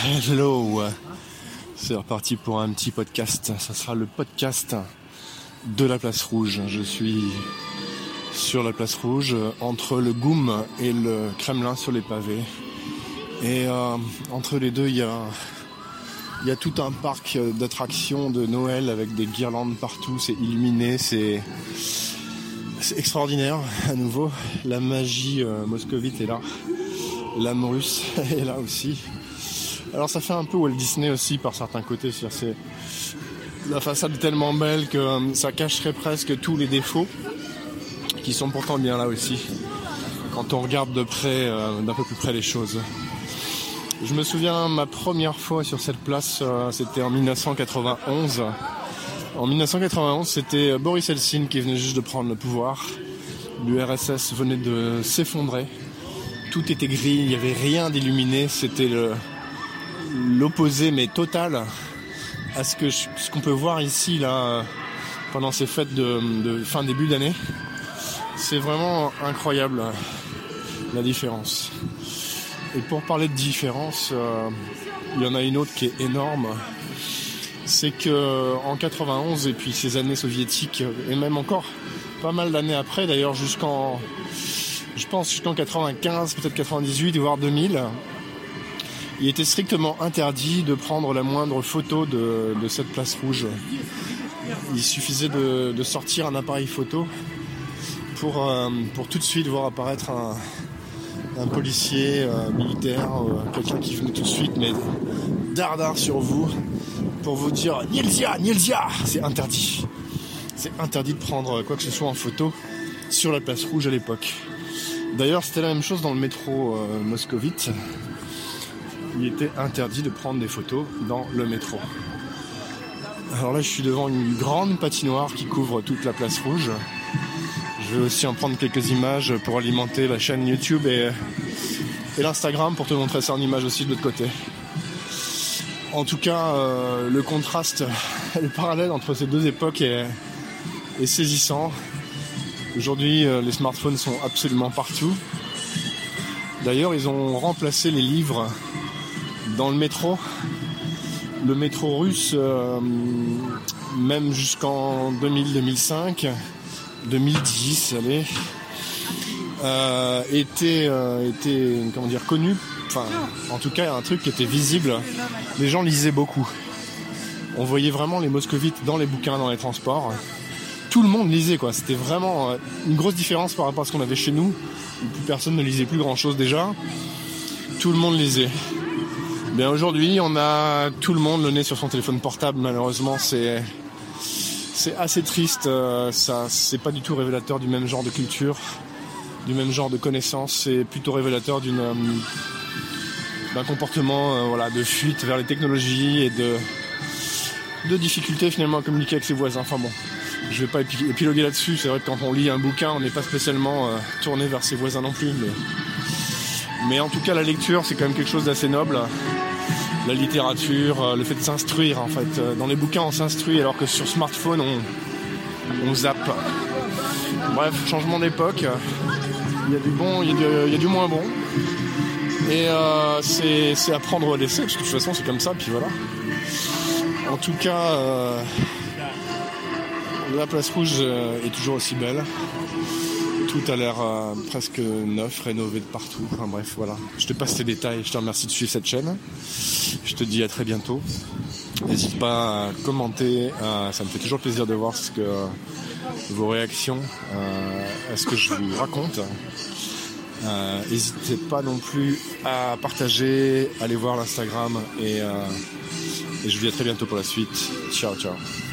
Hello, c'est reparti pour un petit podcast. Ça sera le podcast de la Place Rouge. Je suis sur la Place Rouge, entre le GUM et le Kremlin sur les pavés. Et entre les deux, il y a tout un parc d'attractions de Noël avec des guirlandes partout. C'est illuminé, c'est extraordinaire. À nouveau, la magie moscovite est là. L'âme russe est là aussi. Alors ça fait un peu Walt Disney aussi par certains côtés. La façade est tellement belle que ça cacherait presque tous les défauts qui sont pourtant bien là aussi quand on regarde de près, d'un peu plus près les choses. Je me souviens ma première fois sur cette place, c'était en 1991. En 1991, c'était Boris Eltsine qui venait juste de prendre le pouvoir. L'URSS venait de s'effondrer. Tout était gris, il n'y avait rien d'illuminé. C'était l'opposé, mais total, à ce qu'on peut voir ici, là, pendant ces fêtes de fin début d'année. C'est vraiment incroyable, la différence. Et pour parler de différence, il y en a une autre qui est énorme. C'est que en 91 et puis ces années soviétiques, et même encore pas mal d'années après, d'ailleurs jusqu'en 95, peut-être 98, voire 2000, il était strictement interdit de prendre la moindre photo de cette place rouge. Il suffisait de sortir un appareil photo pour tout de suite voir apparaître un policier militaire, quelqu'un qui venait tout de suite, mais dardard sur vous, pour vous dire « Nilsia, Nilsia !» C'est interdit. C'est interdit de prendre quoi que ce soit en photo sur la place rouge à l'époque. D'ailleurs, c'était la même chose dans le métro moscovite. Il était interdit de prendre des photos dans le métro. Alors là, je suis devant une grande patinoire qui couvre toute la place rouge. Je vais aussi en prendre quelques images pour alimenter la chaîne YouTube et l'Instagram pour te montrer ça en images aussi de l'autre côté. En tout cas, le contraste, le parallèle entre ces deux époques est saisissant. Aujourd'hui, les smartphones sont absolument partout. D'ailleurs, ils ont remplacé les livres dans le métro. Le métro russe, même jusqu'en 2000-2005, 2010, allez, était connu. Enfin, en tout cas, un truc qui était visible. Les gens lisaient beaucoup. On voyait vraiment les moscovites dans les bouquins, dans les transports. Tout le monde lisait, quoi. C'était vraiment une grosse différence par rapport à ce qu'on avait chez nous, où plus personne ne lisait plus grand-chose déjà. Tout le monde lisait. Bien aujourd'hui, on a tout le monde le nez sur son téléphone portable. Malheureusement, c'est assez triste. Ça, c'est pas du tout révélateur du même genre de culture, du même genre de connaissances. C'est plutôt révélateur d'un comportement, de fuite vers les technologies et de difficulté finalement à communiquer avec ses voisins. Enfin bon, je vais pas épiloguer là-dessus. C'est vrai que quand on lit un bouquin, on n'est pas spécialement tourné vers ses voisins non plus. Mais en tout cas, la lecture, c'est quand même quelque chose d'assez noble. La littérature, le fait de s'instruire, en fait. Dans les bouquins, on s'instruit, alors que sur smartphone, on zappe. Bref, changement d'époque. Il y a du bon, il y a du moins bon. Et c'est à prendre ou à laisser, parce que de toute façon, c'est comme ça, puis voilà. En tout cas, la place rouge est toujours aussi belle. Tout a l'air presque neuf, rénové de partout. Enfin bref, voilà. Je te passe tes détails. Je te remercie de suivre cette chaîne. Je te dis à très bientôt. N'hésite pas à commenter. Ça me fait toujours plaisir de voir vos réactions à ce que je vous raconte. N'hésitez pas non plus à partager, aller voir l'Instagram et je vous dis à très bientôt pour la suite. Ciao, ciao.